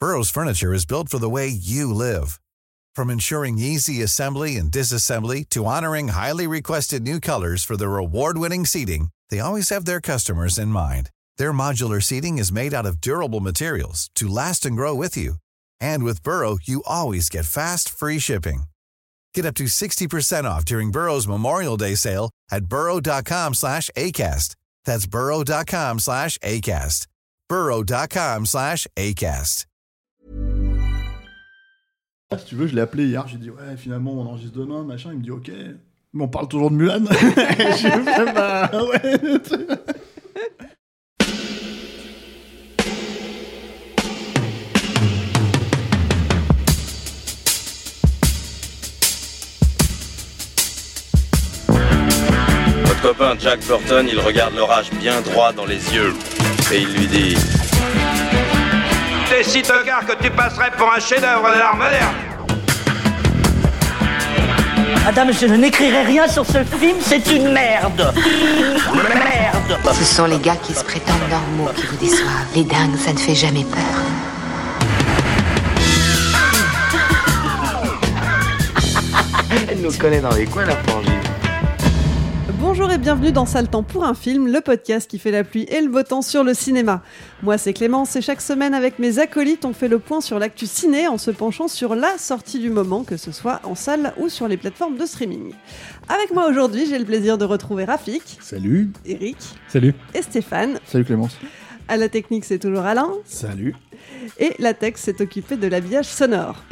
Burrow's furniture is built for the way you live. From ensuring easy assembly and disassembly to honoring highly requested new colors for their award-winning seating, they always have their customers in mind. Their modular seating is made out of durable materials to last and grow with you. And with Burrow, you always get fast, free shipping. Get up to 60% off during Burrow's Memorial Day sale at burrow.com/ACAST. That's burrow.com/ACAST. burrow.com/ACAST. Si tu veux, je l'ai appelé hier, j'ai dit ouais, finalement on enregistre demain, machin, il me dit ok, mais on parle toujours de Mulan. J'ai fait bah ouais. Votre copain Jack Burton, il regarde l'orage bien droit dans les yeux et il lui dit: T'es si tocard que tu passerais pour un chef-d'œuvre de l'art moderne. Madame, je n'écrirai rien sur ce film, c'est une merde. Merde. Ce sont les gars qui se prétendent normaux qui vous déçoivent. Les dingues, ça ne fait jamais peur. Elle nous connaît dans les coins, la frangine. Bonjour et bienvenue dans Sale Temps pour un film, le podcast qui fait la pluie et le beau temps sur le cinéma. Moi c'est Clémence et chaque semaine avec mes acolytes on fait le point sur l'actu ciné en se penchant sur la sortie du moment, que ce soit en salle ou sur les plateformes de streaming. Avec moi aujourd'hui j'ai le plaisir de retrouver Rafik. Salut. Eric. Salut. Et Stéphane. Salut Clémence. À la technique c'est toujours Alain. Salut. Et la tech s'est occupée de l'habillage sonore.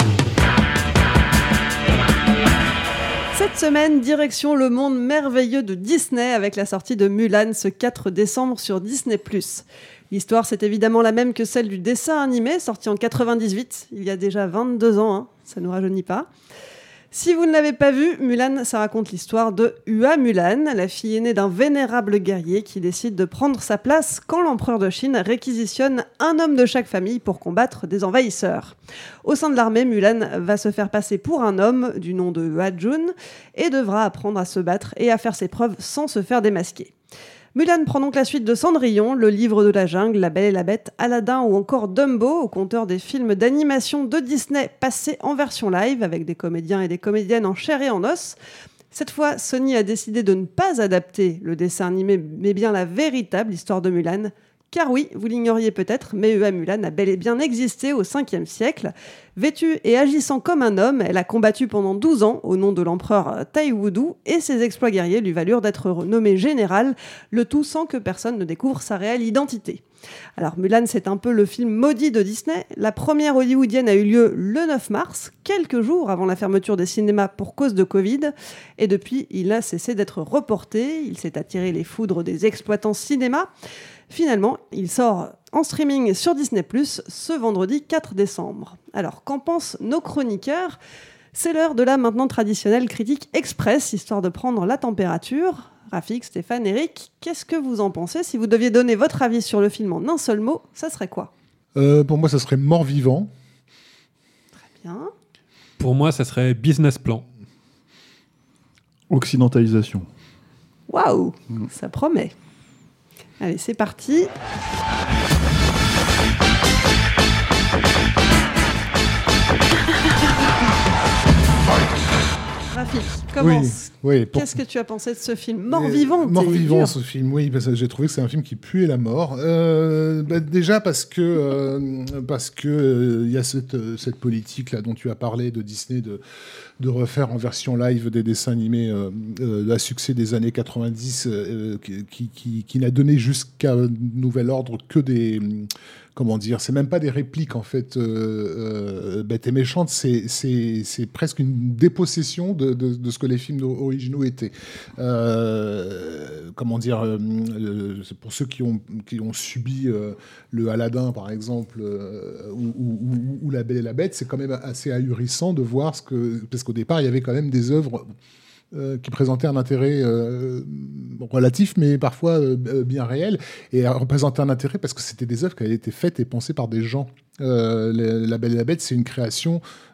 Cette semaine, direction le monde merveilleux de Disney avec la sortie de Mulan ce 4 décembre sur Disney+. L'histoire, c'est évidemment la même que celle du dessin animé, sorti en 98, il y a déjà 22 ans, hein, ça nous rajeunit pas. Si vous ne l'avez pas vu, Mulan, ça raconte l'histoire de Hua Mulan, la fille aînée d'un vénérable guerrier qui décide de prendre sa place quand l'empereur de Chine réquisitionne un homme de chaque famille pour combattre des envahisseurs. Au sein de l'armée, Mulan va se faire passer pour un homme du nom de Hua Jun et devra apprendre à se battre et à faire ses preuves sans se faire démasquer. Mulan prend donc la suite de Cendrillon, Le Livre de la Jungle, La Belle et la Bête, Aladdin ou encore Dumbo, au compteur des films d'animation de Disney passés en version live avec des comédiens et des comédiennes en chair et en os. Cette fois, Sony a décidé de ne pas adapter le dessin animé, mais bien la véritable histoire de Mulan. Car oui, vous l'ignoriez peut-être, mais Hua Mulan a bel et bien existé au 5e siècle. Vêtue et agissant comme un homme, elle a combattu pendant 12 ans au nom de l'empereur Taiwudu et ses exploits guerriers lui valurent d'être renommée générale, le tout sans que personne ne découvre sa réelle identité. Alors Mulan, c'est un peu le film maudit de Disney. La première hollywoodienne a eu lieu le 9 mars, quelques jours avant la fermeture des cinémas pour cause de Covid. Et depuis, il a cessé d'être reporté. Il s'est attiré les foudres des exploitants cinéma. Finalement, il sort en streaming sur Disney+, ce vendredi 4 décembre. Alors, qu'en pensent nos chroniqueurs ? C'est l'heure de la maintenant traditionnelle critique express, histoire de prendre la température. Rafik, Stéphane, Eric, qu'est-ce que vous en pensez ? Si vous deviez donner votre avis sur le film en un seul mot, ça serait quoi ? Pour moi, ça serait mort-vivant. Très bien. Pour moi, ça serait business plan. Occidentalisation. Waouh, ça promet. Allez, c'est parti. Rafik, commence. Oui, Qu'est-ce que tu as pensé de ce film ? Mort-vivant, Mort-vivant, ce film, oui, parce que j'ai trouvé que c'est un film qui puait la mort. Déjà parce que y a cette politique là dont tu as parlé de Disney de refaire en version live des dessins animés à succès des années 90 qui n'a donné jusqu'à nouvel ordre que des... Comment dire, c'est même pas des répliques en fait bêtes et méchantes, c'est presque une dépossession de ce que les films originaux étaient. Comment dire, c'est pour ceux qui ont subi le Aladdin par exemple ou La Belle et la Bête, c'est quand même assez ahurissant de voir parce qu'au départ il y avait quand même des œuvres qui présentaient un intérêt relatif, mais parfois bien réel, et représentaient un intérêt parce que c'était des œuvres qui avaient été faites et pensées par des gens. La Belle et la Bête, c'est une création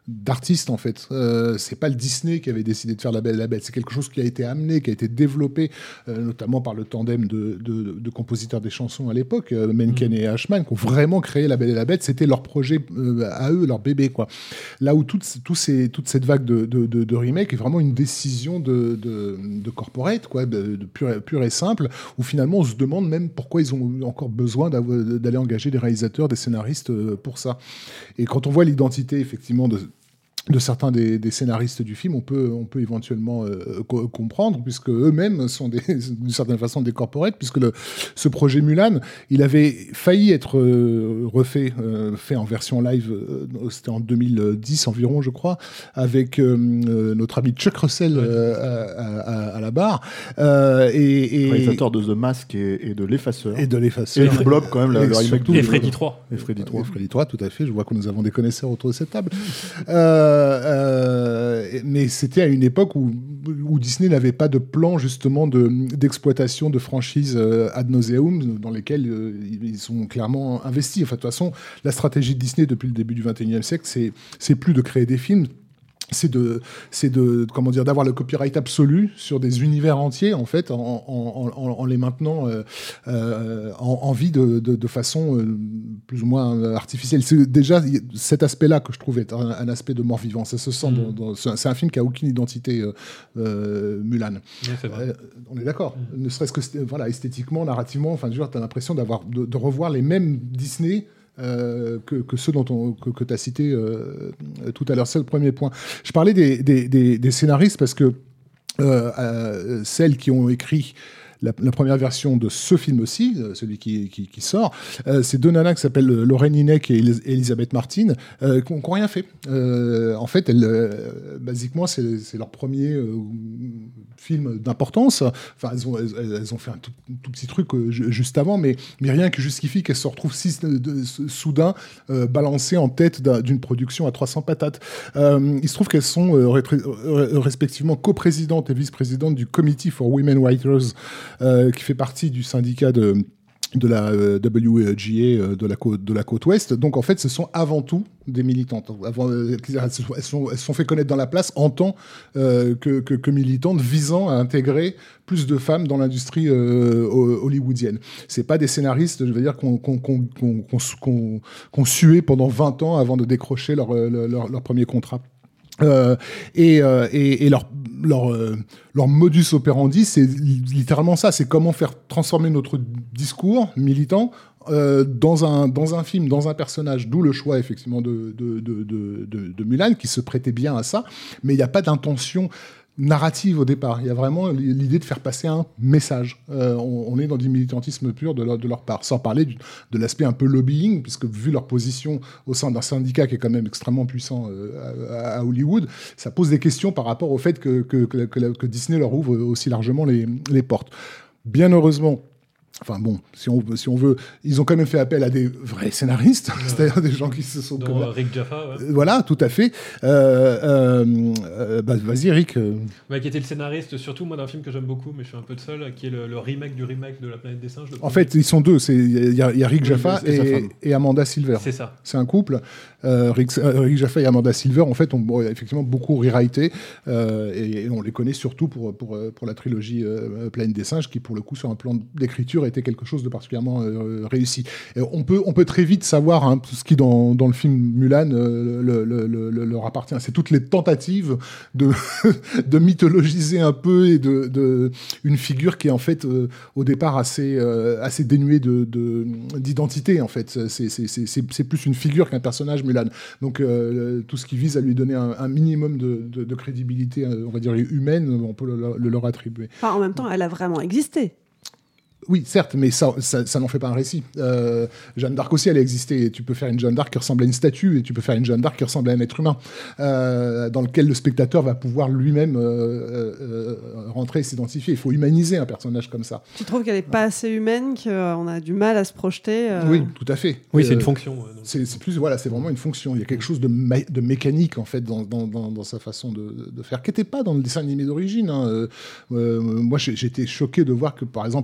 d'artistes en fait. C'est pas le Disney qui avait décidé de faire La Belle et la Bête, c'est quelque chose qui a été amené, qui a été développé, notamment par le tandem de compositeurs des chansons à l'époque, Menken et Ashman, qui ont vraiment créé La Belle et la Bête. C'était leur projet à eux, leur bébé, quoi. Là où toute cette vague de remake est vraiment une décision de corporate, quoi, de pure et simple, où finalement on se demande même pourquoi ils ont encore besoin d'aller engager des réalisateurs, des scénaristes pour ça. Et quand on voit l'identité effectivement de certains des scénaristes du film, on peut éventuellement comprendre, puisque eux-mêmes sont d'une certaine façon des corporates, puisque ce projet Mulan, il avait failli être fait en version live, c'était en 2010 environ, je crois, avec notre ami Chuck Russell à la barre. Réalisateur de The Mask et de L'Effaceur. Et le Blob, quand même, le remake. Et Freddy 3. Et Freddy 3. Et Freddy 3, tout à fait. Je vois que nous avons des connaisseurs autour de cette table. Mais c'était à une époque où Disney n'avait pas de plan justement d'exploitation de franchises ad nauseum dans lesquelles ils sont clairement investis. Enfin, de toute façon, la stratégie de Disney depuis le début du XXIe siècle, c'est plus de créer des films. C'est comment dire, d'avoir le copyright absolu sur des univers entiers, en fait, en les maintenant en vie de façon plus ou moins artificielle. C'est déjà cet aspect-là que je trouve être un aspect de mort-vivant. Ça se sent c'est un film qui a aucune identité, Mulan. Oui, c'est vrai. On est d'accord. Ne serait-ce que esthétiquement, narrativement, enfin, t'as l'impression de revoir les mêmes Disney que ceux que tu as cités tout à l'heure. C'est le premier point. Je parlais des scénaristes parce que celles qui ont écrit la première version de ce film aussi, celui qui sort, c'est deux nanas qui s'appellent Lorraine Hynek et Elisabeth Martin, qui n'ont rien fait. En fait, basiquement, c'est leur premier film d'importance. Enfin, elles ont fait un tout petit truc juste avant, mais rien qui justifie qu'elles se retrouvent soudain balancées en tête d'une production à 300 patates. Il se trouve qu'elles sont respectivement coprésidentes et vice-présidentes du Committee for Women Writers, qui fait partie du syndicat de la WGA de la côte ouest. Donc en fait, ce sont avant tout des militantes. Elles sont fait connaître dans la place en tant que militantes visant à intégrer plus de femmes dans l'industrie hollywoodienne. C'est pas des scénaristes, je veux dire, qu'on sué pendant 20 ans avant de décrocher leur premier contrat. Et leur modus operandi, c'est littéralement ça. C'est comment faire transformer notre discours militant dans un film, dans un personnage. D'où le choix effectivement de Mulan, qui se prêtait bien à ça. Mais il n'y a pas d'intention narrative au départ. Il y a vraiment l'idée de faire passer un message. On est dans du militantisme pur de leur part, sans parler de l'aspect un peu lobbying, puisque vu leur position au sein d'un syndicat qui est quand même extrêmement puissant à Hollywood, ça pose des questions par rapport au fait que Disney leur ouvre aussi largement les portes. Bien heureusement, enfin bon, si on veut, ils ont quand même fait appel à des vrais scénaristes, c'est-à-dire des gens qui se sont... Dont Rick Jaffa, ouais. Voilà, tout à fait. Vas-y, Rick. Qui était le scénariste, surtout moi, d'un film que j'aime beaucoup, mais je suis un peu de seul, qui est le remake du remake de La Planète des Singes. En fait, ils sont deux. Il y a Rick Jaffa et Amanda Silver. C'est ça. C'est un couple. Rick Jaffa et Amanda Silver, en fait, ont effectivement beaucoup rewrité, et on les connaît surtout pour la trilogie Planète des Singes, qui, pour le coup, sur un plan d'écriture, était quelque chose de particulièrement réussi. Et on peut très vite savoir tout ce qui, dans le film Mulan, leur appartient. C'est toutes les tentatives de mythologiser un peu et de une figure qui est en fait au départ assez dénuée d'identité, en fait. C'est plus une figure qu'un personnage, Mulan. Donc tout ce qui vise à lui donner un minimum de crédibilité, on va dire humaine, on peut le leur attribuer. Enfin, en même temps, elle a vraiment existé. Oui, certes, mais ça n'en fait pas un récit. Jeanne d'Arc aussi, elle a existé. Tu peux faire une Jeanne d'Arc qui ressemble à une statue, et tu peux faire une Jeanne d'Arc qui ressemble à un être humain, dans lequel le spectateur va pouvoir lui-même rentrer et s'identifier. Il faut humaniser un personnage comme ça. Tu trouves qu'elle n'est pas assez humaine, qu'on a du mal à se projeter Oui, tout à fait. Oui, c'est une fonction. C'est plus, voilà, c'est vraiment une fonction. Il y a quelque chose de mécanique, en fait, dans sa façon de faire, qui n'était pas dans le dessin animé d'origine. Moi, j'étais choqué de voir que, par exemple, ce qui était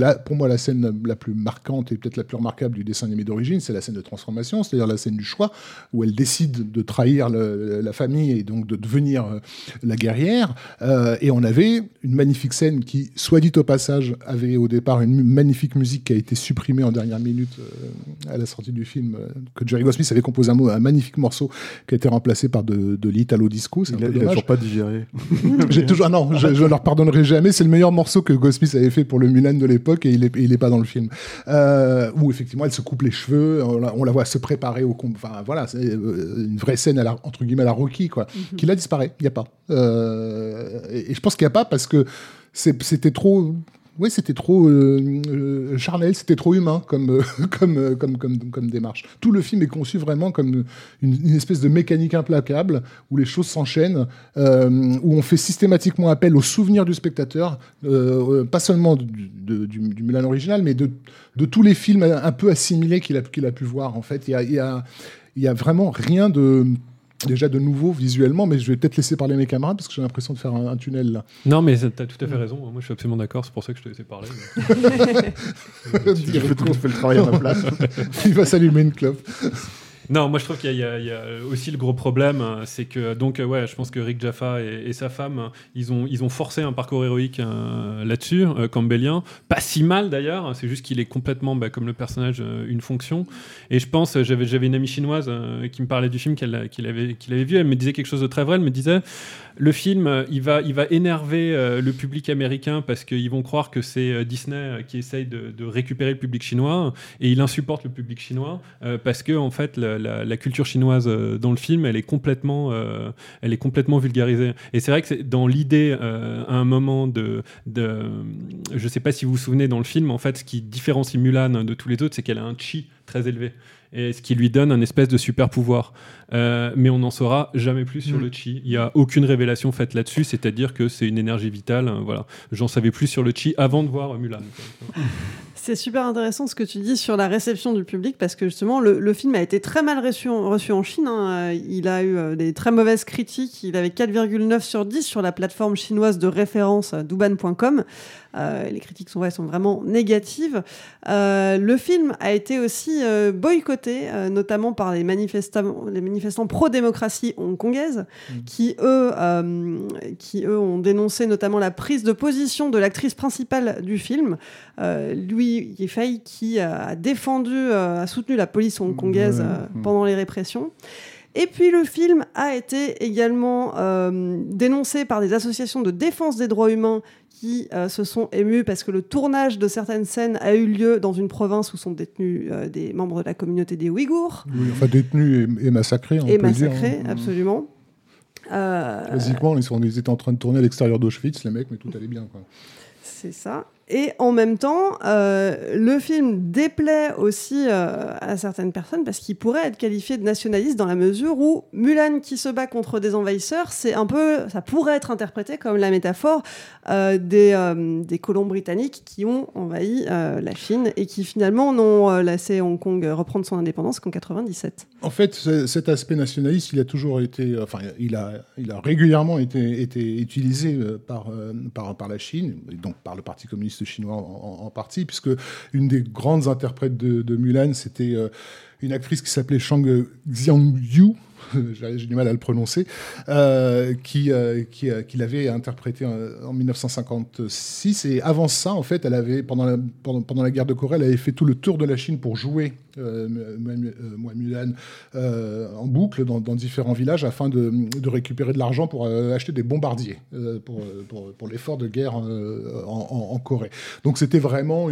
pour moi la scène la plus marquante et peut-être la plus remarquable du dessin animé d'origine, c'est la scène de transformation, c'est-à-dire la scène du choix, où elle décide de trahir la famille et donc de devenir la guerrière. Et on avait une magnifique scène qui, soit dit au passage, avait au départ une magnifique musique qui a été supprimée en dernière minute à la sortie du film, que Jerry Goldsmith avait composé un magnifique morceau qui a été remplacé par de l'Italo Disco. C'est un peu dommage. Il a toujours pas digéré. Je leur pardonnerai jamais. C'est le meilleur morceau que Goldsmith avait fait pour le Mulan de l'époque et il est pas dans le film. Où effectivement elle se coupe les cheveux, on la voit se préparer au combat. Enfin voilà, c'est une vraie scène entre guillemets à la Rocky quoi. Qui là disparaît, il y a pas. Et je pense qu'il y a pas parce que c'était trop. Oui, c'était trop charnel, c'était trop humain comme démarche. Tout le film est conçu vraiment comme une espèce de mécanique implacable où les choses s'enchaînent, où on fait systématiquement appel au souvenir du spectateur, pas seulement du Mulan original, mais de tous les films un peu assimilés qu'il a pu voir. En fait, il y a vraiment rien déjà de nouveau visuellement, mais je vais peut-être laisser parler mes camarades parce que j'ai l'impression de faire un tunnel là. Non, mais tu as tout à fait raison. Moi, je suis absolument d'accord. C'est pour ça que je te laissais parler. Tu fais le travail à ma place. Il va s'allumer une clope. Non, moi je trouve qu'il y a aussi le gros problème, c'est que donc je pense que Rick Jaffa et sa femme, ils ont forcé un parcours héroïque là-dessus, campbellien, pas si mal d'ailleurs. C'est juste qu'il est complètement comme le personnage une fonction. Et je pense, j'avais une amie chinoise qui me parlait du film qu'il avait vu. Elle me disait quelque chose de très vrai. Elle me disait le film, il va énerver le public américain parce qu'ils vont croire que c'est Disney qui essaye de récupérer le public chinois, et il insupporte le public chinois parce que en fait la culture chinoise dans le film, elle est complètement vulgarisée. Et c'est vrai que c'est dans l'idée à un moment je sais pas si vous vous souvenez, dans le film, en fait, ce qui différencie Mulan de tous les autres, c'est qu'elle a un chi très élevé. Et ce qui lui donne un espèce de super pouvoir. Mais on n'en saura jamais plus sur le chi. Il n'y a aucune révélation faite là-dessus, c'est-à-dire que c'est une énergie vitale. Voilà. J'en savais plus sur le chi avant de voir Mulan. C'est super intéressant ce que tu dis sur la réception du public, parce que justement le film a été très mal reçu en Chine. Il a eu des très mauvaises critiques. Il avait 4,9 sur 10 sur la plateforme chinoise de référence douban.com. Les critiques sont vraiment négatives. Le film a été aussi boycotté, notamment par les manifestants pro-démocratie hongkongaises, qui eux ont dénoncé notamment la prise de position de l'actrice principale du film, Liu Yifei, qui a soutenu la police hongkongaise pendant les répressions. Et puis le film a été également dénoncé par des associations de défense des droits humains qui se sont émus parce que le tournage de certaines scènes a eu lieu dans une province où sont détenus des membres de la communauté des Ouïghours. Oui, enfin détenus et massacrés, on peut le dire. Absolument. Basiquement, ils étaient en train de tourner à l'extérieur d'Auschwitz, les mecs, mais tout allait bien, quoi. C'est ça. Et en même temps, le film déplaît aussi à certaines personnes parce qu'il pourrait être qualifié de nationaliste dans la mesure où Mulan qui se bat contre des envahisseurs, ça pourrait être interprété comme la métaphore des colons britanniques qui ont envahi la Chine et qui finalement n'ont laissé Hong Kong reprendre son indépendance qu'en 97. En fait, cet aspect nationaliste, il a toujours été, il a régulièrement été utilisé par la Chine, et donc par le Parti communiste chinois en partie, puisque une des grandes interprètes de Mulan, c'était une actrice qui s'appelait Shang Xiangyu, j'ai du mal à le prononcer, qui l'avait interprété en 1956. Et avant ça, en fait, elle avait, pendant la guerre de Corée, elle avait fait tout le tour de la Chine pour jouer Mulan en boucle dans différents villages afin de récupérer de l'argent pour acheter des bombardiers pour l'effort de guerre en Corée. Donc c'était vraiment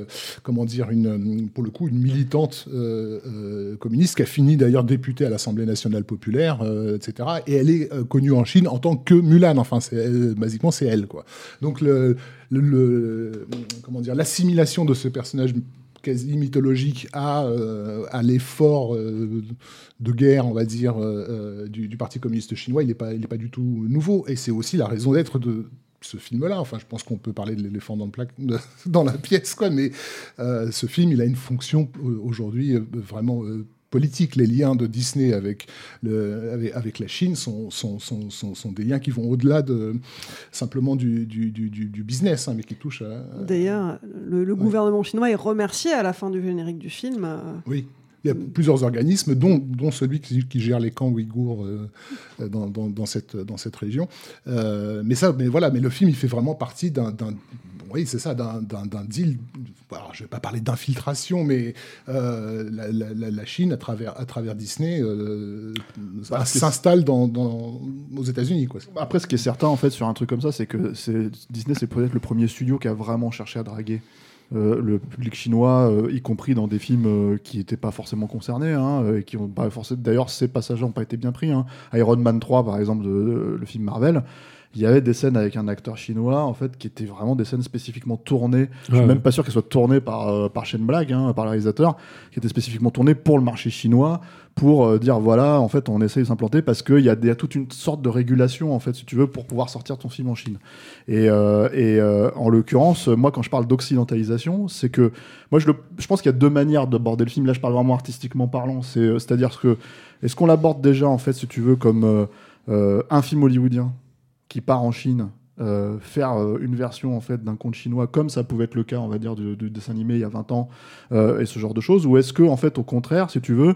pour le coup, une militante communiste qui a fini d'ailleurs députée à l'Assemblée nationale populaire, etc. Et elle est connue en Chine en tant que Mulan. Enfin, basiquement, c'est elle, quoi. Donc l'assimilation de ce personnage quasi mythologique à l'effort de guerre, on va dire, du Parti communiste chinois, il n'est pas du tout nouveau. Et c'est aussi la raison d'être de ce film-là. Enfin, je pense qu'on peut parler de l'éléphant dans la pièce, quoi. Mais ce film, il a une fonction aujourd'hui vraiment politique. Les liens de Disney avec la Chine sont des liens qui vont au-delà simplement du business, mais qui touchent à... D'ailleurs, le gouvernement chinois est remercié à la fin du générique du film. Oui. Il y a plusieurs organismes, dont celui qui gère les camps ouïghours dans cette région. Mais le film, il fait vraiment partie d'un deal. Alors, je ne vais pas parler d'infiltration, mais la Chine, à travers Disney, s'installe aux États-Unis, quoi. Après, ce qui est certain, en fait, sur un truc comme ça, c'est que Disney, c'est peut-être le premier studio qui a vraiment cherché à draguer le public chinois, y compris dans des films qui n'étaient pas forcément concernés, et qui ont pas forcément... D'ailleurs, ces passages n'ont pas été bien pris. Iron Man 3, par exemple, le film Marvel, il y avait des scènes avec un acteur chinois, en fait, qui étaient vraiment des scènes spécifiquement tournées. Je suis même pas sûr qu'elles soient tournées par Shane Black, par le réalisateur, qui étaient spécifiquement tournées pour le marché chinois, pour dire voilà, en fait, on essaye de s'implanter parce qu'il y a toute une sorte de régulation, en fait, si tu veux, pour pouvoir sortir ton film en Chine. Et en l'occurrence, moi, quand je parle d'occidentalisation, c'est que moi, je pense qu'il y a deux manières d'aborder le film. Là, je parle vraiment artistiquement parlant. C'est-à-dire que est-ce qu'on l'aborde déjà, en fait, si tu veux, comme un film hollywoodien qui part en Chine, faire une version en fait d'un conte chinois comme ça pouvait être le cas, on va dire, du dessin animé il y a 20 ans, et ce genre de choses, ou est-ce que en fait au contraire, si tu veux,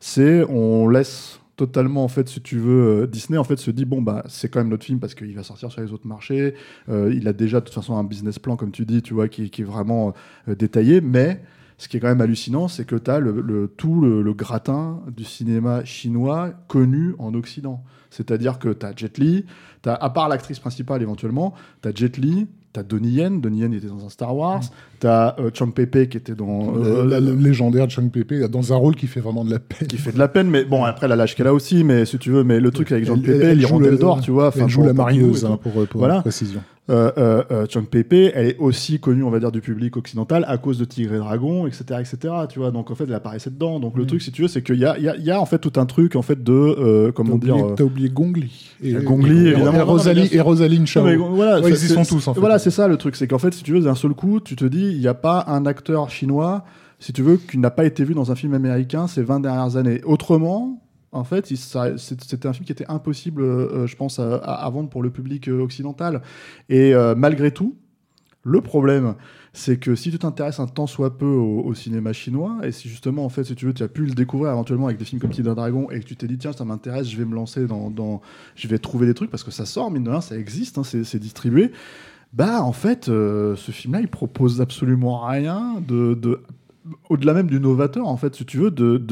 on laisse totalement, en fait, si tu veux, Disney en fait se dit bon bah c'est quand même notre film parce qu'il va sortir sur les autres marchés, il a déjà de toute façon un business plan, comme tu dis, tu vois, qui est vraiment détaillé, mais ce qui est quand même hallucinant, c'est que tu as tout le gratin du cinéma chinois connu en Occident. C'est-à-dire que tu as Jet Li, à part l'actrice principale éventuellement, tu as Jet Li, tu as Donnie Yen. Donnie Yen était dans un Star Wars. Tu as Chang Pei-Pei qui était dans... le légendaire Chang Pei-Pei, dans un rôle qui fait vraiment de la peine. Qui fait de la peine, mais bon, après, elle a l'âge qu'elle a aussi, mais si tu veux, mais le truc avec Chang Pei-Pei, l'Hirondelle d'Or, tu vois... Elle joue la marieuse, pour voilà. Précision. Chang Pei-Pei, elle est aussi connue, on va dire, du public occidental à cause de Tigre et Dragon, etc., tu vois. Donc en fait, elle apparaissait dedans. Donc le truc, si tu veux, c'est qu'il y a en fait tout un truc en fait de comment dire. T'as oublié Gong Li. Gong Li, évidemment. Et Rosaline Chao. Voilà, ils y sont tous en fait. Voilà, c'est ça le truc, c'est qu'en fait, si tu veux, d'un seul coup, tu te dis, il n'y a pas un acteur chinois, si tu veux, qui n'a pas été vu dans un film américain ces 20 dernières années. Autrement. En fait, c'était un film qui était impossible, je pense, à vendre pour le public occidental. Et malgré tout, le problème, c'est que si tu t'intéresses un tant soit peu au cinéma chinois, et si justement, en fait, si tu veux, tu as pu le découvrir éventuellement avec des films comme Tigre et Dragon, et que tu t'es dit, tiens, ça m'intéresse, je vais me lancer je vais trouver des trucs, parce que ça sort, mine de rien, ça existe, c'est distribué. Bah, en fait, ce film-là, il propose absolument rien au-delà même du novateur, en fait, si tu veux,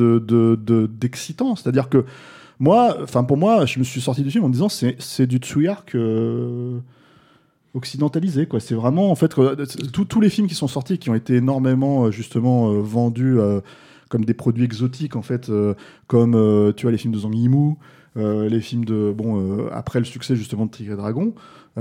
d'excitant. C'est-à-dire que pour moi, je me suis sorti du film en me disant c'est du Tsuyark occidentalisé, quoi. C'est vraiment, en fait, tous les films qui sont sortis, qui ont été énormément, justement, vendus comme des produits exotiques, en fait, comme, tu vois, les films de Zhang Yimou, les films après le succès, justement, de Tigre et Dragon,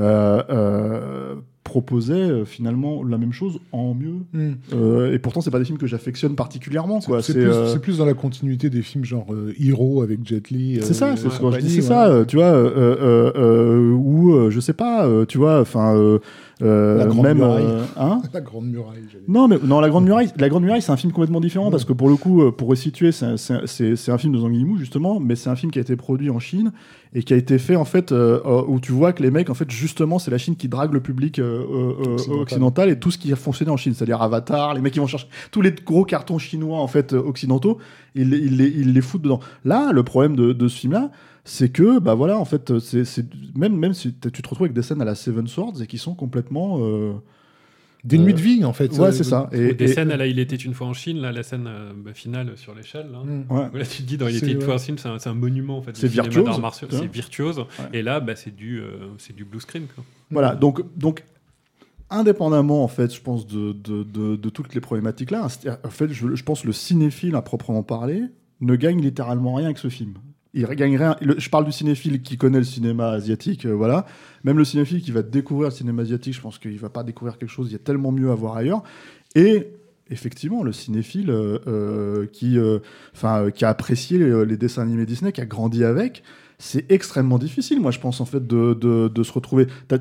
proposait finalement la même chose en mieux. Et pourtant, c'est pas des films que j'affectionne particulièrement, quoi. C'est plus dans la continuité des films genre Hero avec Jet Li. C'est ça, c'est ce que je dis, c'est ça, tu vois, ou je sais pas, tu vois, enfin. La Grande Muraille. La Grande Muraille. La Grande Muraille, c'est un film complètement différent parce que pour le coup, pour resituer, c'est un film de Zhang Yimou justement, mais c'est un film qui a été produit en Chine et qui a été fait en fait où tu vois que les mecs, en fait, justement, c'est la Chine qui drague le public occidental et tout ce qui a fonctionné en Chine, c'est-à-dire Avatar, les mecs qui vont chercher tous les gros cartons chinois en fait occidentaux, ils les foutent dedans. Là, le problème de ce film-là, c'est que, bah voilà, en fait, même si tu te retrouves avec des scènes à la Seven Swords et qui sont complètement... des nuits de vie, en fait. Ouais, c'est ça. Et des scènes, là, il était une fois en Chine, là, la scène finale sur l'échelle. Là, là tu te dis, dans Il était une fois en Chine, c'est un monument, en fait. C'est virtuose. C'est virtuose. Ouais. Et là, bah, c'est du blue screen, quoi. Voilà, donc indépendamment, en fait, je pense, de toutes les problématiques là, en fait, je pense que le cinéphile, à proprement parler, ne gagne littéralement rien avec ce film. Il gagne rien. Je parle du cinéphile qui connaît le cinéma asiatique, voilà. Même le cinéphile qui va découvrir le cinéma asiatique, je pense qu'il va pas découvrir quelque chose, il y a tellement mieux à voir ailleurs. Et effectivement, le cinéphile qui a apprécié les dessins animés Disney, qui a grandi avec, c'est extrêmement difficile, moi, je pense, en fait, de se retrouver. T'as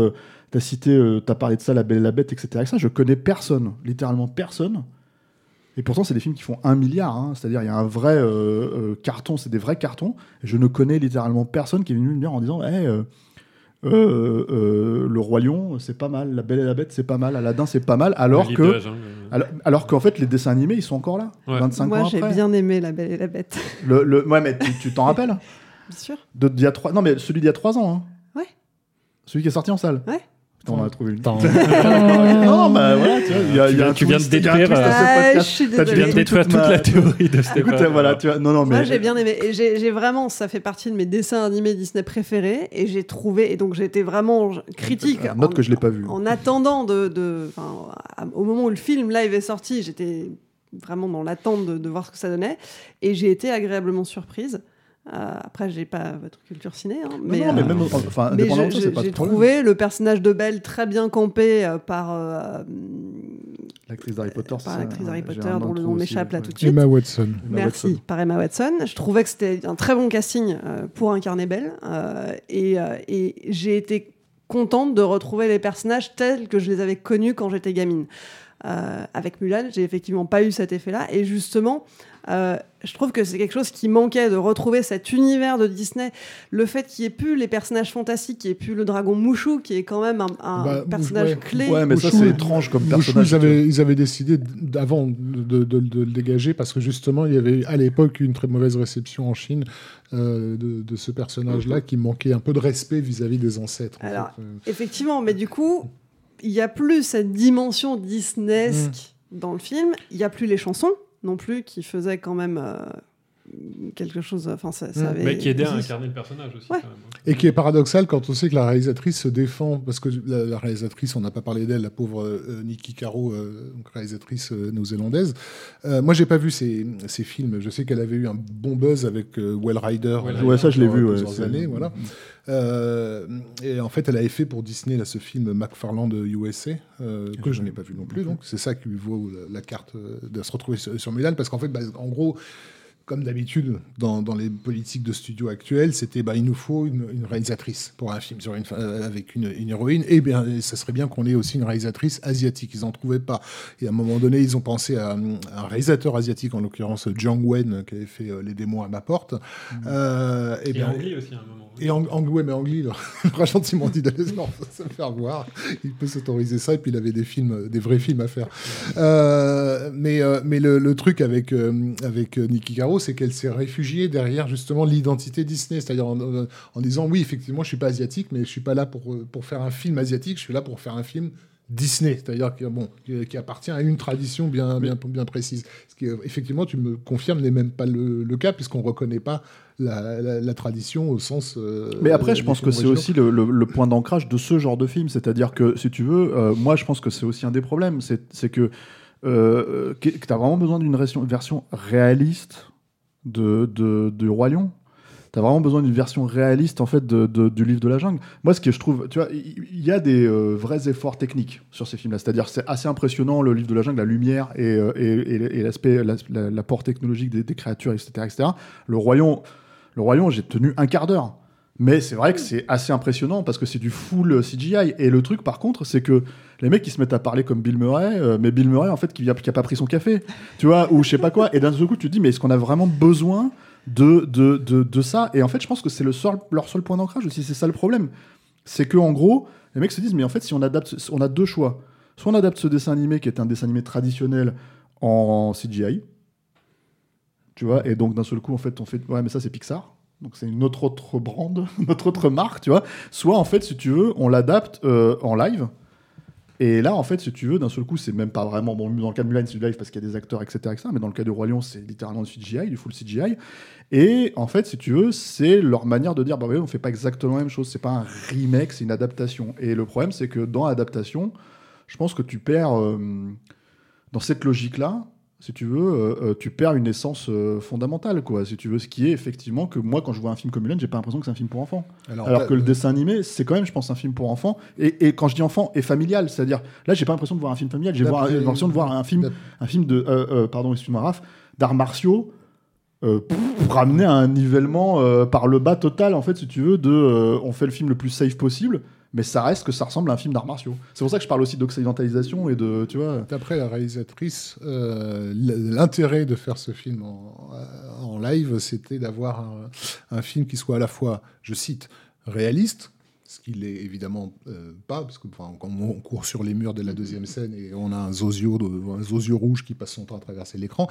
parlé de ça, La Belle et la Bête, etc. Et ça, je connais personne, littéralement personne, Et pourtant, c'est des films qui font 1 milliard. Hein. C'est-à-dire, il y a un vrai carton, c'est des vrais cartons. Je ne connais littéralement personne qui est venu me dire en disant Le Roi Lion, c'est pas mal. La Belle et la Bête, c'est pas mal. Aladdin, c'est pas mal. Alors qu'en fait, les dessins animés, ils sont encore là, 25 ans après. Moi, j'ai bien aimé La Belle et la Bête. Ouais, mais tu t'en rappelles? Bien sûr. Non, mais celui d'il y a 3 ans. Hein. Ouais. Celui qui est sorti en salle. Ouais. On en a trouvé une. Non, bah voilà, tu viens de détruire. Tu viens de détruire toute la théorie de Stéphane. Écoute, voilà, tu vois. Non, mais moi j'ai bien aimé. Et j'ai vraiment, ça fait partie de mes dessins animés Disney préférés. Et j'ai trouvé, et donc j'ai été vraiment critique. Note que je l'ai pas vu. En attendant au moment où le film live est sorti, j'étais vraiment dans l'attente de voir ce que ça donnait. Et j'ai été agréablement surprise. Après, j'ai pas votre culture ciné, hein, mais même, mais j'ai trouvé le personnage de Belle très bien campé par l'actrice d'Harry Potter, dont le nom m'échappe là tout de suite. Emma Watson. Merci, par Emma Watson. Je trouvais que c'était un très bon casting pour incarner Belle, et j'ai été contente de retrouver les personnages tels que je les avais connus quand j'étais gamine. Avec Mulan, j'ai effectivement pas eu cet effet-là, et justement, je trouve que c'est quelque chose qui manquait, de retrouver cet univers de Disney, le fait qu'il n'y ait plus les personnages fantastiques, qu'il n'y ait plus le dragon Mouchou, qui est quand même un personnage clé. Ouais, mais Mouchou, ça c'est étrange comme personnage. Ils avaient décidé avant de le dégager parce que justement il y avait à l'époque une très mauvaise réception en Chine de ce personnage-là qui manquait un peu de respect vis-à-vis des ancêtres. Alors, effectivement, mais du coup, il n'y a plus cette dimension Disneyesque dans le film, il n'y a plus les chansons non plus, qui faisaient quand même quelque chose... Mais qui aidait à incarner le personnage aussi. Ouais. Quand même. Et qui est paradoxal quand on sait que la réalisatrice se défend, parce que la réalisatrice, on n'a pas parlé d'elle, la pauvre Niki Caro, réalisatrice néo-zélandaise. Moi, j'ai pas vu ses films. Je sais qu'elle avait eu un bon buzz avec Well Rider. Ouais, ça je l'ai vu. Années, voilà. Et en fait, elle avait fait pour Disney là, ce film McFarland USA, que je n'ai pas vu non plus. Donc, c'est ça qui lui vaut la carte de se retrouver sur Mulan, parce qu'en fait, en gros, comme d'habitude dans les politiques de studio actuelles, c'était il nous faut une réalisatrice pour un film avec une héroïne, et bien ça serait bien qu'on ait aussi une réalisatrice asiatique. Ils n'en trouvaient pas, et à un moment donné ils ont pensé à un réalisateur asiatique, en l'occurrence Jiang Wen, qui avait fait Les démons à ma porte. Et Ang Lee aussi à un moment. Et Ang Lee leur a gentiment dit d'aller se faire voir, il peut s'autoriser ça, et puis il avait des vrais films à faire. Mais le truc avec Niki Caro, c'est qu'elle s'est réfugiée derrière justement l'identité Disney, c'est-à-dire en disant oui, effectivement, je suis pas asiatique, mais je suis pas là pour faire un film asiatique, je suis là pour faire un film Disney, c'est-à-dire qui appartient à une tradition bien précise. Ce qui, effectivement, tu me confirmes, n'est même pas le cas, puisqu'on reconnaît pas la tradition au sens... mais après, je pense que c'est aussi le point d'ancrage de ce genre de film, c'est-à-dire que, si tu veux, moi, je pense que c'est aussi un des problèmes, c'est que tu as vraiment besoin d'une version réaliste du Roi Lion. T'as vraiment besoin d'une version réaliste en fait du livre de la jungle. Moi, ce que je trouve, tu vois, il y a des vrais efforts techniques sur ces films-là. C'est-à-dire, c'est assez impressionnant le livre de la jungle, la lumière et l'aspect, l'apport technologique des créatures, etc. Le Roi Lion, j'ai tenu un quart d'heure. Mais c'est vrai que c'est assez impressionnant parce que c'est du full CGI. Et le truc, par contre, c'est que les mecs, ils se mettent à parler comme Bill Murray, mais Bill Murray, en fait, qui a pas pris son café, tu vois, ou je sais pas quoi. Et d'un seul coup, tu te dis, mais est-ce qu'on a vraiment besoin de ça? Et en fait, je pense que c'est leur seul point d'ancrage aussi. C'est ça le problème. C'est que, en gros, les mecs se disent, mais en fait, si on adapte, on a deux choix. Soit on adapte ce dessin animé qui est un dessin animé traditionnel en CGI, tu vois, et donc d'un seul coup, en fait, on fait, ouais, mais ça, c'est Pixar. Donc c'est une autre brand, notre autre marque, tu vois. Soit, en fait, si tu veux, on l'adapte en live. Et là, en fait, si tu veux, d'un seul coup, c'est même pas vraiment... Bon, dans le cas de Mulan, c'est du live parce qu'il y a des acteurs, etc. Mais dans le cas de Roi Lion, c'est littéralement du CGI, du full CGI. Et en fait, si tu veux, c'est leur manière de dire, bah oui, on fait pas exactement la même chose. C'est pas un remake, c'est une adaptation. Et le problème, c'est que dans l'adaptation, je pense que tu perds... dans cette logique-là, si tu veux, tu perds une essence fondamentale, quoi. Si tu veux, ce qui est effectivement que moi, quand je vois un film comme Mulan, j'ai pas l'impression que c'est un film pour enfants. Alors que le dessin animé, c'est quand même, je pense, un film pour enfants. Et quand je dis enfant, et familial, c'est-à-dire, là, j'ai pas l'impression de voir un film familial. J'ai l'impression de voir un film de, pardon, excuse-moi, Raph, d'arts martiaux. Pour ramener à un nivellement par le bas total, en fait, si tu veux, on fait le film le plus safe possible. mais ça reste que ça ressemble à un film d'arts martiaux. C'est pour ça que je parle aussi d'occidentalisation et de, tu vois... D'après la réalisatrice, l'intérêt de faire ce film en live, c'était d'avoir un film qui soit à la fois, je cite, réaliste, ce qu'il est évidemment pas, parce que quand on court sur les murs de la deuxième scène et on a un zozio rouge qui passe son temps à traverser l'écran,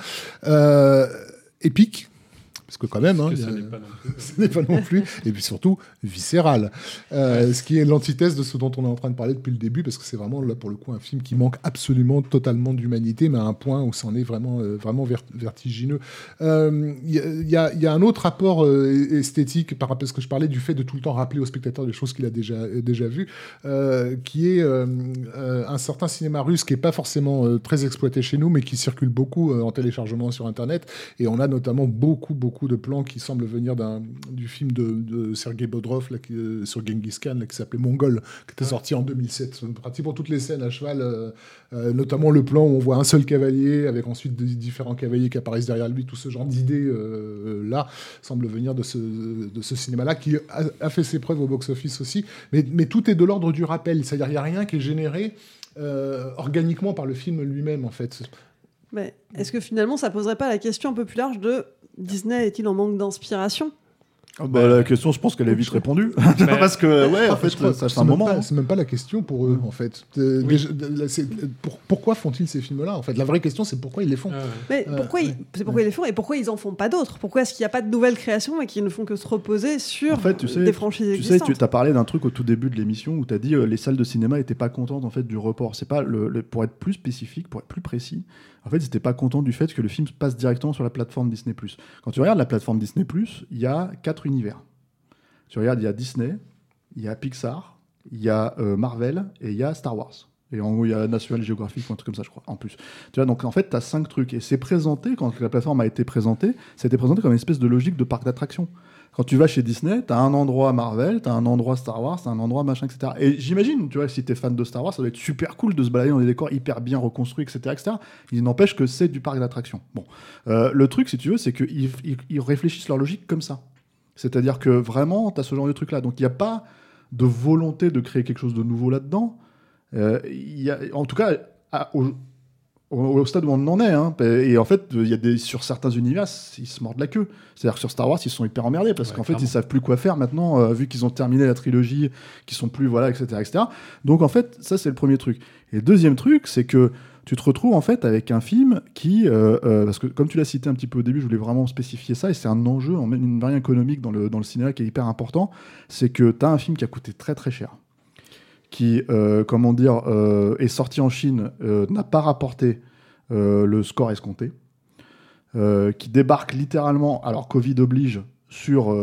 épique, parce que quand même, ce n'est pas non plus, et puis surtout viscéral, ce qui est l'antithèse de ce dont on est en train de parler depuis le début, parce que c'est vraiment là pour le coup un film qui manque absolument totalement d'humanité, mais à un point où c'en est vraiment vertigineux. Il y a un autre rapport esthétique parce que je parlais du fait de tout le temps rappeler au spectateur des choses qu'il a déjà vues, qui est un certain cinéma russe qui est pas forcément très exploité chez nous, mais qui circule beaucoup en téléchargement sur Internet, et on a notamment beaucoup de plans qui semblent venir du film de Sergei Bodrov là, sur Genghis Khan là, qui s'appelait Mongol, qui était sorti en 2007. Pratiquement toutes les scènes à cheval, notamment le plan où on voit un seul cavalier avec ensuite différents cavaliers qui apparaissent derrière lui. Tout ce genre d'idées là semble venir de ce cinéma-là qui a fait ses preuves au box-office aussi. Mais tout est de l'ordre du rappel. C'est-à-dire qu'il n'y a rien qui est généré organiquement par le film lui-même, en fait. Mais est-ce que finalement, ça poserait pas la question un peu plus large de Disney est-il en manque d'inspiration ? La question, je pense qu'elle est vite répondue. Parce que, en fait, ça c'est un moment. C'est même pas la question pour eux, en fait. Pourquoi font-ils ces films-là, en fait ? La vraie question, c'est pourquoi ils les font. Mais pourquoi ils les font et pourquoi ils en font pas d'autres ? Pourquoi est-ce qu'il n'y a pas de nouvelles créations et qu'ils ne font que se reposer sur des franchises existantes ? Tu as parlé d'un truc au tout début de l'émission où tu as dit les salles de cinéma n'étaient pas contentes en fait, du report. C'est pas pour être plus spécifique, pour être plus précis, en fait, ils n'étaient pas contents du fait que le film passe directement sur la plateforme Disney+. Quand tu regardes la plateforme Disney+, il y a 4 univers. Tu regardes, il y a Disney, il y a Pixar, il y a Marvel et il y a Star Wars. Et en gros, il y a National Geographic ou un truc comme ça, je crois, en plus. Tu vois, donc en fait, tu as 5 trucs. Et c'est présenté, quand la plateforme a été présentée, ça a été présenté comme une espèce de logique de parc d'attractions. Quand tu vas chez Disney, tu as un endroit Marvel, tu as un endroit Star Wars, tu as un endroit machin, etc. Et j'imagine, tu vois, si tu es fan de Star Wars, ça doit être super cool de se balader dans des décors hyper bien reconstruits, etc. etc. Il n'empêche que c'est du parc d'attractions. Bon. Le truc, si tu veux, c'est qu'ils réfléchissent leur logique comme ça. C'est-à-dire que vraiment, tu as ce genre de truc-là. Donc il n'y a pas de volonté de créer quelque chose de nouveau là-dedans. En tout cas, au stade où on en est, hein. Et en fait, il y a sur certains univers, ils se mordent la queue. C'est-à-dire que sur Star Wars, ils sont hyper emmerdés parce qu'en fait, ils savent plus quoi faire maintenant, vu qu'ils ont terminé la trilogie, qu'ils sont plus, voilà, etc., etc. Donc en fait, ça c'est le premier truc. Et le deuxième truc, c'est que tu te retrouves en fait avec un film qui, parce que comme tu l'as cité un petit peu au début, je voulais vraiment spécifier ça, et c'est un enjeu, une variante économique dans le cinéma qui est hyper important, c'est que tu as un film qui a coûté très très cher, qui, est sorti en Chine, n'a pas rapporté le score escompté, qui débarque littéralement, alors Covid oblige, sur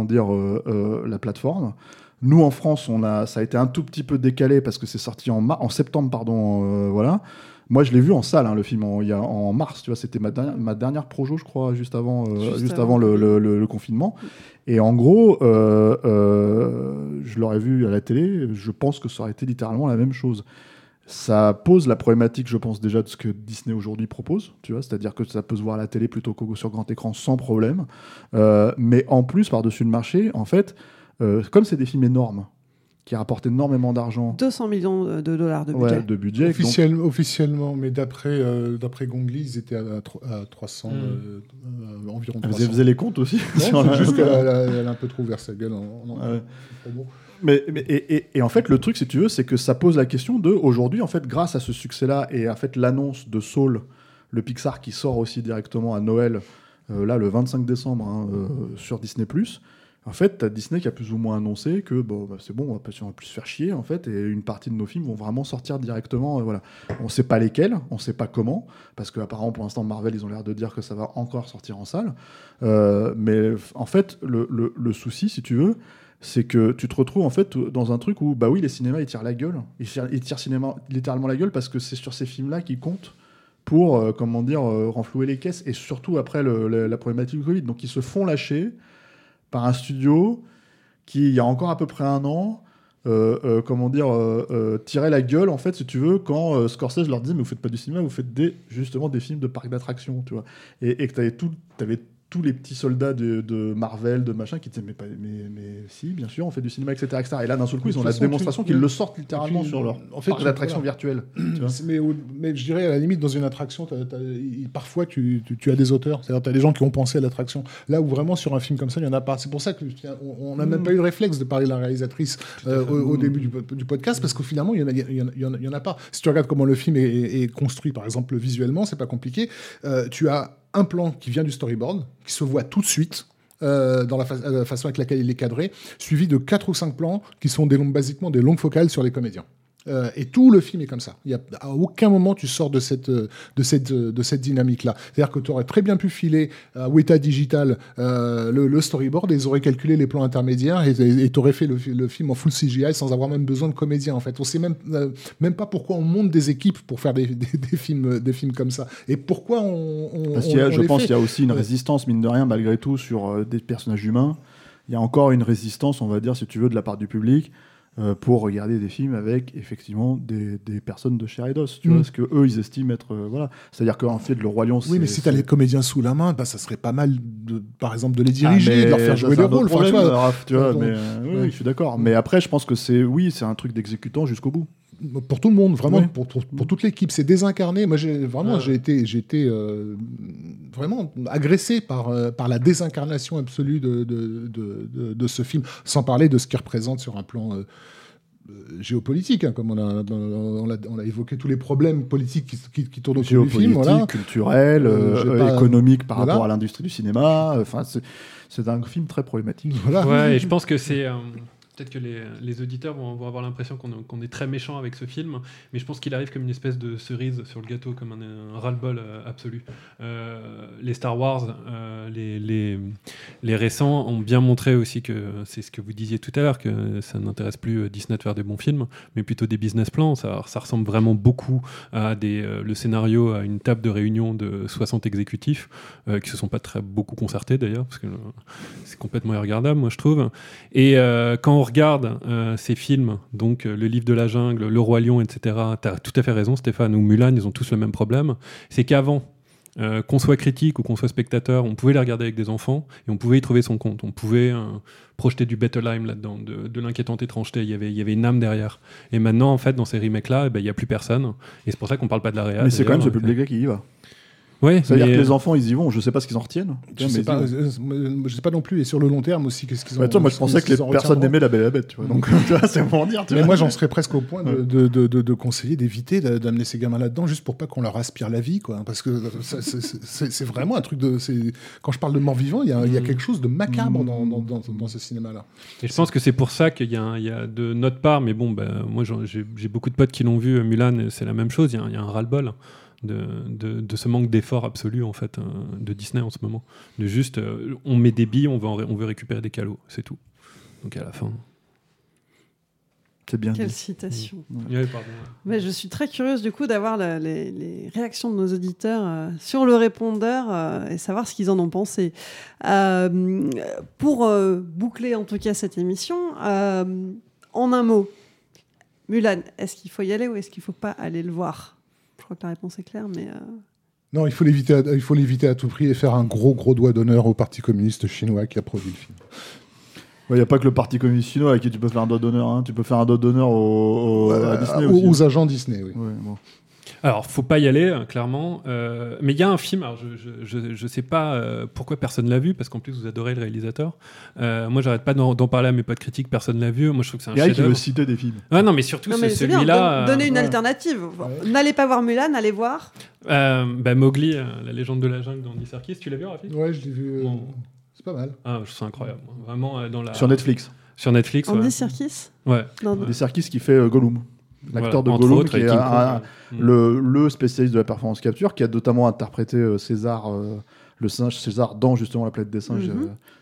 la plateforme. Nous, en France, ça a été un tout petit peu décalé parce que c'est sorti en septembre, pardon, voilà. Moi, je l'ai vu en salle, hein, le film, en mars, tu vois, c'était ma dernière projo, je crois, juste avant le confinement. Et en gros, je l'aurais vu à la télé, je pense que ça aurait été littéralement la même chose. Ça pose la problématique, je pense, déjà de ce que Disney aujourd'hui propose, tu vois, c'est-à-dire que ça peut se voir à la télé plutôt que sur grand écran sans problème. Mais en plus, par-dessus le marché, en fait, comme c'est des films énormes, qui rapportent énormément d'argent. 200 millions de dollars de budget. Ouais, de budget. Officiellement, mais d'après Gongli, ils étaient à 300, environ 300. Vous avez les comptes aussi? Non, c'est juste qu'elle a un peu trop ouvert sa gueule en promo. Mais en fait, le truc, si tu veux, c'est que ça pose la question de, aujourd'hui, en fait, grâce à ce succès-là, et en fait, l'annonce de Soul, le Pixar qui sort aussi directement à Noël, là, le 25 décembre, sur Disney+, en fait, t'as Disney qui a plus ou moins annoncé que c'est bon, on va plus se faire chier, en fait, et une partie de nos films vont vraiment sortir directement. Voilà. On sait pas lesquels, on sait pas comment, parce qu'apparemment, pour l'instant, Marvel, ils ont l'air de dire que ça va encore sortir en salle. Mais en fait, le souci, si tu veux, c'est que tu te retrouves en fait dans un truc où, bah oui, les cinémas, ils tirent la gueule. Ils tirent littéralement la gueule parce que c'est sur ces films-là qu'ils comptent pour, renflouer les caisses, et surtout après la problématique du Covid. Donc, ils se font lâcher par un studio qui, il y a encore à peu près un an, tirait la gueule, en fait, si tu veux, quand Scorsese leur dit « mais vous faites pas du cinéma, vous faites justement des films de parcs d'attractions », tu vois. Et que t'avais tous les petits soldats de Marvel, de machin, qui disaient mais si, bien sûr, on fait du cinéma, etc. Et là, d'un seul coup, ils ont la démonstration qu'ils le sortent littéralement sur leur parc d'attraction virtuelle. Mais je dirais, à la limite, dans une attraction, parfois, tu as des auteurs. C'est-à-dire, tu as des gens qui ont pensé à l'attraction. Là où vraiment, sur un film comme ça, il n'y en a pas. C'est pour ça qu'on n'a même pas eu le réflexe de parler de la réalisatrice au début du podcast, parce qu'au finalement, il n'y en a pas. Si tu regardes comment le film est construit, par exemple, visuellement, c'est pas compliqué. Tu as un plan qui vient du storyboard, qui se voit tout de suite dans la façon avec laquelle il est cadré, suivi de 4 ou 5 plans qui sont basiquement des longues focales sur les comédiens. Et tout le film est comme ça. À aucun moment tu sors de cette dynamique-là. C'est-à-dire que tu aurais très bien pu filer à Weta Digital le storyboard et ils auraient calculé les plans intermédiaires et tu aurais fait le film en full CGI sans avoir même besoin de comédiens. En fait, on sait même pas pourquoi on monte des équipes pour faire des films comme ça. Et pourquoi je pense qu'il y a aussi une résistance, mine de rien, malgré tout, sur des personnages humains. Il y a encore une résistance, on va dire, si tu veux, de la part du public. Pour regarder des films avec effectivement des personnes de chair et d'os, tu vois, ce que eux ils estiment être voilà. C'est-à-dire qu'en fait le Roi Lion, mais si t'as les comédiens sous la main, ça serait pas mal par exemple de les diriger, de leur faire jouer des rôles. Tu vois, oui, je suis d'accord. Mais après, je pense que c'est un truc d'exécutant jusqu'au bout. Pour tout le monde, vraiment, pour toute l'équipe, c'est désincarné. Moi, j'ai été vraiment agressé par la désincarnation absolue de ce film, sans parler de ce qu'il représente sur un plan géopolitique, hein, comme on a évoqué tous les problèmes politiques qui tournent autour du film. Géopolitique, culturel, économique par rapport à l'industrie du cinéma. Enfin, c'est un film très problématique. Voilà. Ouais, et je pense que c'est... Peut-être que les auditeurs vont avoir l'impression qu'on est très méchant avec ce film, mais je pense qu'il arrive comme une espèce de cerise sur le gâteau, comme un ras-le-bol absolu. Les Star Wars, les récents, ont bien montré aussi que c'est ce que vous disiez tout à l'heure, que ça n'intéresse plus Disney de faire des bons films, mais plutôt des business plans. Ça ressemble vraiment beaucoup à le scénario à une table de réunion de 60 exécutifs, qui ne se sont pas beaucoup concertés d'ailleurs, parce que c'est complètement irregardable, moi je trouve. Et quand on regarde ces films, donc Le Livre de la Jungle, Le Roi Lion, etc., tu as tout à fait raison, Stéphane, ou Mulan, ils ont tous le même problème. C'est qu'avant, qu'on soit critique ou qu'on soit spectateur, on pouvait les regarder avec des enfants et on pouvait y trouver son compte. On pouvait projeter du Bettelheim là-dedans, de l'inquiétante étrangeté. Il y avait une âme derrière. Et maintenant, en fait, dans ces remakes-là, il n'y a plus personne. Et c'est pour ça qu'on ne parle pas de la réal. Mais c'est quand même ce public-là qui y va. Ouais, c'est-à-dire que les enfants, ils y vont. Je sais pas ce qu'ils en retiennent. Je sais pas non plus. Et sur le long terme aussi, qu'est-ce qu'ils ont. Moi, je pensais que personne n'aimait La Belle et la Bête. Tu vois. Donc, tu vois, c'est pour dire. Mais moi, j'en serais presque au point de conseiller d'éviter d'amener ces gamins là-dedans, juste pour pas qu'on leur aspire la vie, quoi. Parce que c'est vraiment un truc de. Quand je parle de mort-vivant, il y a quelque chose de macabre dans ce cinéma-là. Et je pense que c'est pour ça qu'il y a de notre part, mais bon, moi, j'ai beaucoup de potes qui l'ont vu. Mulan, c'est la même chose. Il y a un ras-le-bol de ce manque d'effort absolu en fait de Disney en ce moment, de juste on met des billes, on veut récupérer des calots, c'est tout. Donc à la fin, c'est bien. Quelle dit. citation. Ouais, pardon. Mais je suis très curieuse du coup d'avoir les réactions de nos auditeurs sur le répondeur et savoir ce qu'ils en ont pensé. Pour boucler en tout cas cette émission, en un mot, Mulan, est-ce qu'il faut y aller ou est-ce qu'il ne faut pas aller le voir ? Je crois que la réponse est claire, mais... Non, il faut l'éviter à tout prix et faire un gros doigt d'honneur au Parti communiste chinois qui a produit le film. Il n'y a pas que le Parti communiste chinois à qui tu peux faire un doigt d'honneur. Hein. Tu peux faire un doigt d'honneur à Disney aussi. Aux agents Disney, oui. Ouais, bon. Alors, faut pas y aller, clairement. Mais il y a un film, alors je sais pas pourquoi personne l'a vu, parce qu'en plus vous adorez le réalisateur. Moi, j'arrête pas d'en parler à mes potes critiques, personne l'a vu. Moi, je trouve que c'est un chef-d'œuvre. Il y a qui veut citer des films. Ah non, mais surtout c'est celui-là. Bien, donnez une alternative. N'allez pas voir Mulan, allez voir. Mowgli, la légende de la jungle d'Andy Serkis. Tu l'as vu, Rafik ? Ouais, je l'ai vu. Bon. C'est pas mal. Ah, je trouve ça incroyable. Vraiment Sur Netflix. Sur Netflix. Andy Serkis. Ouais. Andy Serkis qui fait Gollum. L'acteur de Gollum, qui est le spécialiste de la performance capture, qui a notamment interprété César, le singe César, dans justement La planète des singes,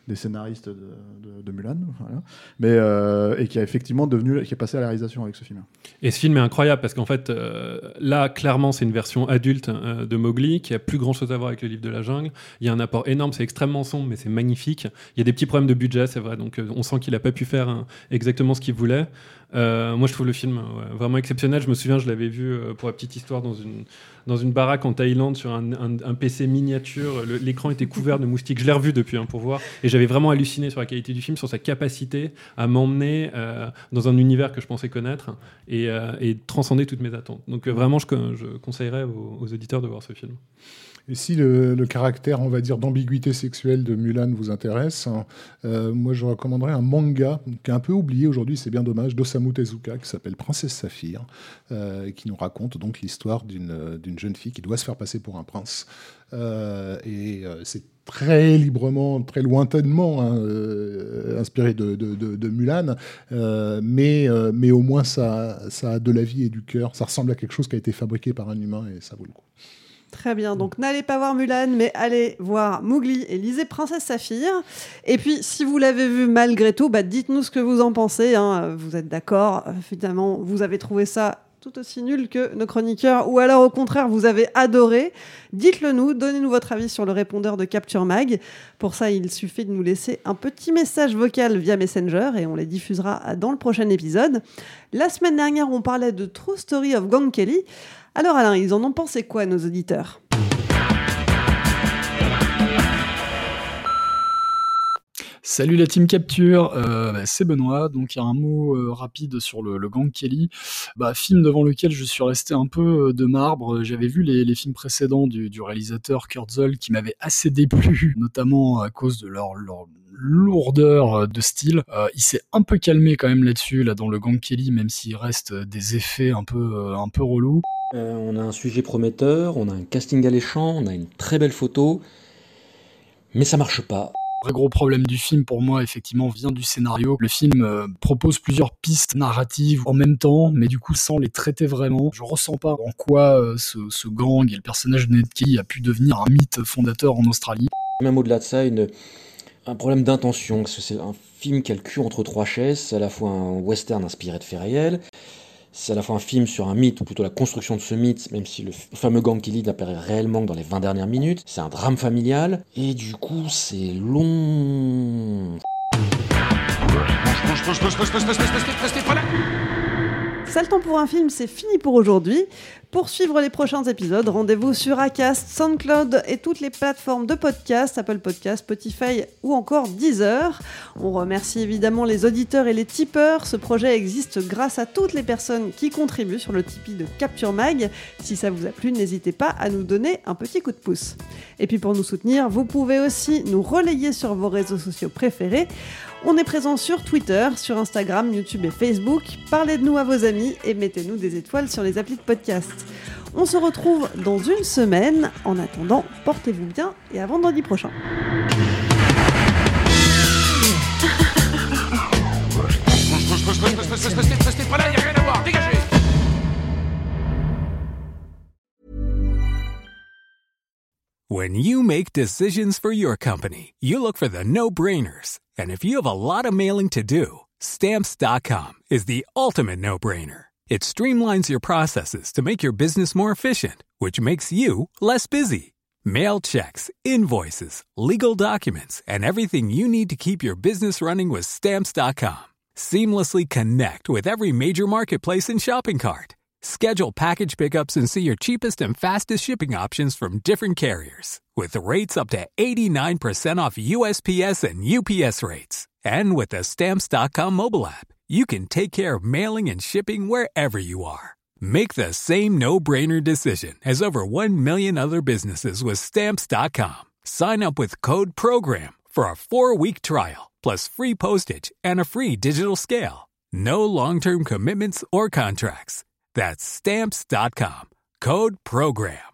des scénaristes de Mulan, voilà. Mais et qui a effectivement qui est passé à la réalisation avec ce film. Et ce film est incroyable parce qu'en fait, là, clairement, c'est une version adulte de Mowgli qui a plus grand chose à voir avec le livre de la jungle. Il y a un apport énorme, c'est extrêmement sombre, mais c'est magnifique. Il y a des petits problèmes de budget, c'est vrai, donc on sent qu'il a pas pu faire exactement ce qu'il voulait. Moi, je trouve le film vraiment exceptionnel. Je me souviens, je l'avais vu pour la petite histoire dans une baraque en Thaïlande sur un PC miniature. L'écran était couvert de moustiques. Je l'ai revu depuis pour voir. Et j'avais vraiment halluciné sur la qualité du film, sur sa capacité à m'emmener dans un univers que je pensais connaître et transcender toutes mes attentes. Donc vraiment, je conseillerais aux auditeurs de voir ce film. Et si le caractère, on va dire, d'ambiguïté sexuelle de Mulan vous intéresse, moi je recommanderais un manga qui est un peu oublié aujourd'hui, c'est bien dommage, d'Osamu Tezuka, qui s'appelle Princesse Saphir, qui nous raconte donc l'histoire d'une jeune fille qui doit se faire passer pour un prince. C'est très librement, très lointainement inspiré de Mulan, mais au moins ça a de la vie et du cœur. Ça ressemble à quelque chose qui a été fabriqué par un humain et ça vaut le coup. Très bien, donc n'allez pas voir Mulan, mais allez voir Mowgli et lisez Princesse Saphir. Et puis, si vous l'avez vu malgré tout, dites-nous ce que vous en pensez. Vous êtes d'accord ? Finalement, vous avez trouvé ça tout aussi nul que nos chroniqueurs, ou alors au contraire, vous avez adoré. Dites-le nous, donnez-nous votre avis sur le répondeur de Capture Mag. Pour ça, il suffit de nous laisser un petit message vocal via Messenger et on les diffusera dans le prochain épisode. La semaine dernière, on parlait de True Story of Gang Kelly. Alors Alain, ils en ont pensé quoi, nos auditeurs ? Salut la team Capture, c'est Benoît. Donc il y a un mot rapide sur le Gang Kelly, film devant lequel je suis resté un peu de marbre. J'avais vu les films précédents du réalisateur Kurt Zoll qui m'avaient assez déplu, notamment à cause de leur lourdeur de style. Il s'est un peu calmé quand même là-dessus, dans le Gang Kelly, même s'il reste des effets un peu relous. On a un sujet prometteur, on a un casting alléchant, on a une très belle photo, mais ça marche pas. Le vrai gros problème du film, pour moi, effectivement, vient du scénario. Le film propose plusieurs pistes narratives en même temps, mais du coup, sans les traiter vraiment. Je ressens pas en quoi ce gang et le personnage de Ned Kelly a pu devenir un mythe fondateur en Australie. Même au-delà de ça, un problème d'intention, parce que c'est un film qui a le cul entre trois chaises, c'est à la fois un western inspiré de faits réels, c'est à la fois un film sur un mythe, ou plutôt la construction de ce mythe, même si le fameux Gang Kelly n'apparaît réellement que dans les 20 dernières minutes. C'est un drame familial, et du coup, c'est long. Ça le temps pour un film, c'est fini pour aujourd'hui. Pour suivre les prochains épisodes, rendez-vous sur Acast, SoundCloud et toutes les plateformes de podcast, Apple Podcasts, Spotify ou encore Deezer. On remercie évidemment les auditeurs et les tipeurs. Ce projet existe grâce à toutes les personnes qui contribuent sur le Tipeee de Capture Mag. Si ça vous a plu, n'hésitez pas à nous donner un petit coup de pouce. Et puis pour nous soutenir, vous pouvez aussi nous relayer sur vos réseaux sociaux préférés. On est présent sur Twitter, sur Instagram, YouTube et Facebook. Parlez de nous à vos amis et mettez-nous des étoiles sur les applis de podcast. On se retrouve dans une semaine. En attendant, portez-vous bien et à vendredi prochain. Restez pas là, y a rien à voir, dégagez! When you make decisions for your company, you look for the no-brainers. And if you have a lot of mailing to do, Stamps.com is the ultimate no-brainer. It streamlines your processes to make your business more efficient, which makes you less busy. Mail checks, invoices, legal documents, and everything you need to keep your business running with Stamps.com. Seamlessly connect with every major marketplace and shopping cart. Schedule package pickups and see your cheapest and fastest shipping options from different carriers. With rates up to 89% off USPS and UPS rates. And with the Stamps.com mobile app, you can take care of mailing and shipping wherever you are. Make the same no-brainer decision as over 1 million other businesses with Stamps.com. Sign up with code PROGRAM for a 4-week trial, plus free postage and a free digital scale. No long-term commitments or contracts. That's Stamps.com. Code PROGRAM.